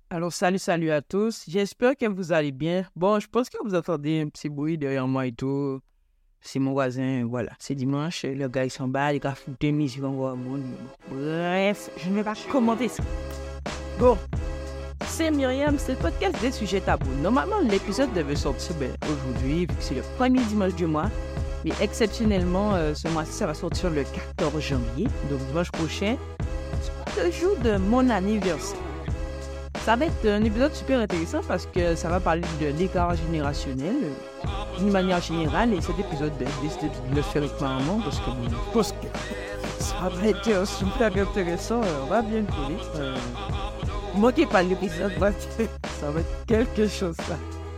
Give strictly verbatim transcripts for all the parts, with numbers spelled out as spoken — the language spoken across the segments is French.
Alors, salut, salut à tous. J'espère que vous allez bien. Bon, je pense que vous entendez un petit bruit derrière moi et tout. C'est mon voisin, voilà. C'est dimanche, le gars il s'en bat, il a foutu des musiques en voix au monde. Bref, je ne vais pas commenter ça. Bon, c'est Myriam, c'est le podcast des sujets tabous. Normalement, l'épisode devait sortir ben, aujourd'hui, vu que c'est le premier dimanche du mois. Mais exceptionnellement, euh, ce mois-ci, ça va sortir le quatorze janvier. Donc, dimanche prochain, c'est le jour de mon anniversaire. Ça va être un épisode super intéressant parce que ça va parler de l'écart générationnel euh, d'une manière générale. Et cet épisode, ben, j'ai décidé de le faire avec ma maman parce que, parce que ça va être euh, super intéressant. Euh, on va bien le coller. Euh, manquez pas l'épisode, ça va être quelque chose ça.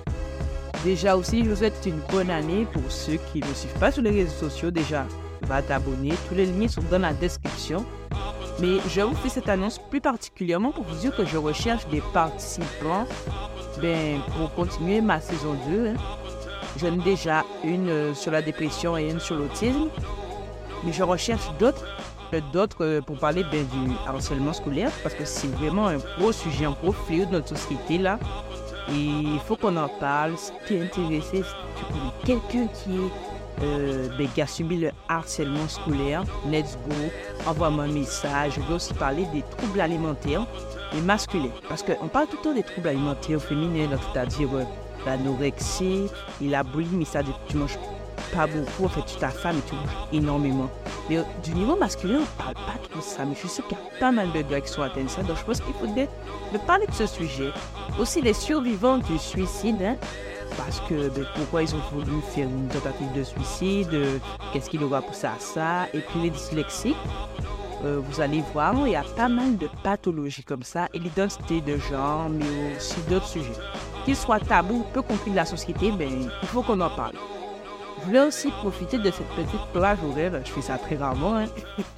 Déjà aussi, je vous souhaite une bonne année pour ceux qui ne me suivent pas sur les réseaux sociaux. Déjà, va t'abonner. Tous les liens sont dans la description. Mais je vous fais cette annonce plus particulièrement pour vous dire que je recherche des participants ben, pour continuer ma saison deux. Hein. J'en ai déjà une euh, sur la dépression et une sur l'autisme. Mais je recherche d'autres, d'autres euh, pour parler ben, du harcèlement scolaire parce que c'est vraiment un gros sujet, un gros fléau de notre société là. Et il faut qu'on en parle. Si tu es intéressé, si tu connais quelqu'un qui est... Euh, ben, qui a subi le harcèlement scolaire, let's go, envoie-moi un message. Je vais aussi parler des troubles alimentaires et masculins. Parce qu'on parle tout le temps des troubles alimentaires féminins, c'est-à-dire euh, l'anorexie et la boulimie, c'est-à-dire que tu manges pas beaucoup, en fait tu t'affames et tu manges énormément. Mais euh, du niveau masculin, on parle pas trop de ça, mais je suis sûr qu'il y a pas mal de gars qui sont atteints de ça, donc je pense qu'il faudrait me parler de ce sujet. Aussi les survivants du suicide, hein, parce que ben, pourquoi ils ont voulu faire une tentative de suicide, euh, qu'est-ce qui leur a poussé à ça, et puis les dyslexiques, euh, vous allez voir, il y a pas mal de pathologies comme ça, et l'identité de genre, mais aussi d'autres sujets. Qu'ils soient tabous ou peu compris de la société, ben, il faut qu'on en parle. Je voulais aussi profiter de cette petite plage horaire, je fais ça très rarement, hein,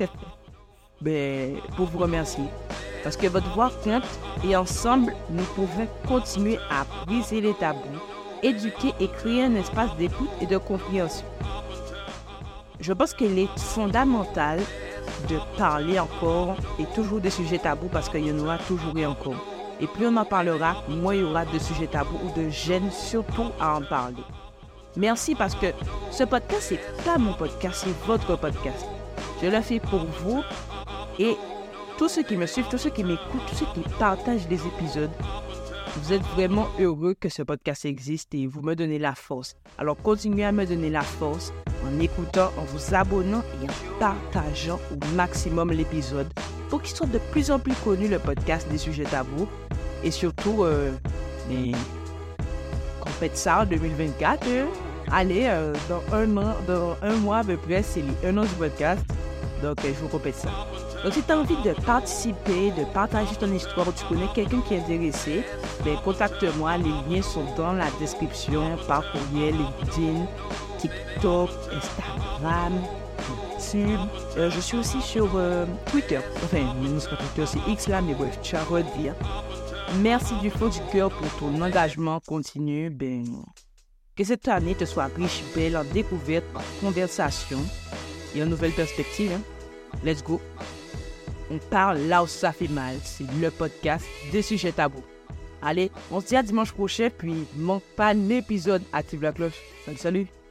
ben, pour vous remercier. Parce que votre voix compte, et ensemble, nous pouvons continuer à briser les tabous, éduquer et créer un espace d'écoute et de compréhension. Je pense qu'il est fondamental de parler encore et toujours des sujets tabous parce qu'il y en aura toujours et encore. Et plus on en parlera, moins il y aura de sujets tabous ou de gêne surtout à en parler. Merci parce que ce podcast, c'est pas mon podcast, c'est votre podcast. Je le fais pour vous et tous ceux qui me suivent, tous ceux qui m'écoutent, tous ceux qui partagent les épisodes. Vous êtes vraiment heureux que ce podcast existe et vous me donnez la force. Alors continuez à me donner la force en écoutant, en vous abonnant et en partageant au maximum l'épisode pour qu'il soit de plus en plus connu le podcast des sujets tabous. Et surtout, euh, les... on fête ça en deux mille vingt-quatre. Euh, allez, euh, dans un an, dans un mois à peu près, c'est les un an du podcast. Donc euh, je vous répète ça. Donc, si tu as envie de participer, de partager ton histoire, ou tu connais quelqu'un qui est intéressé, ben, contacte-moi. Les liens sont dans la description, par courriel, LinkedIn, TikTok, Instagram, YouTube. Euh, je suis aussi sur euh, Twitter. Enfin, non, c'est pas Twitter, c'est X là, mais bref, tu vas redire. Merci du fond du cœur pour ton engagement continu. Ben, que cette année te soit riche, belle en découvertes, en conversation et en nouvelles perspectives. Hein. Let's go! On parle là où ça fait mal. C'est le podcast des sujets tabous. Allez, on se dit à dimanche prochain, puis manque pas l'épisode. Active la cloche. Salut, salut!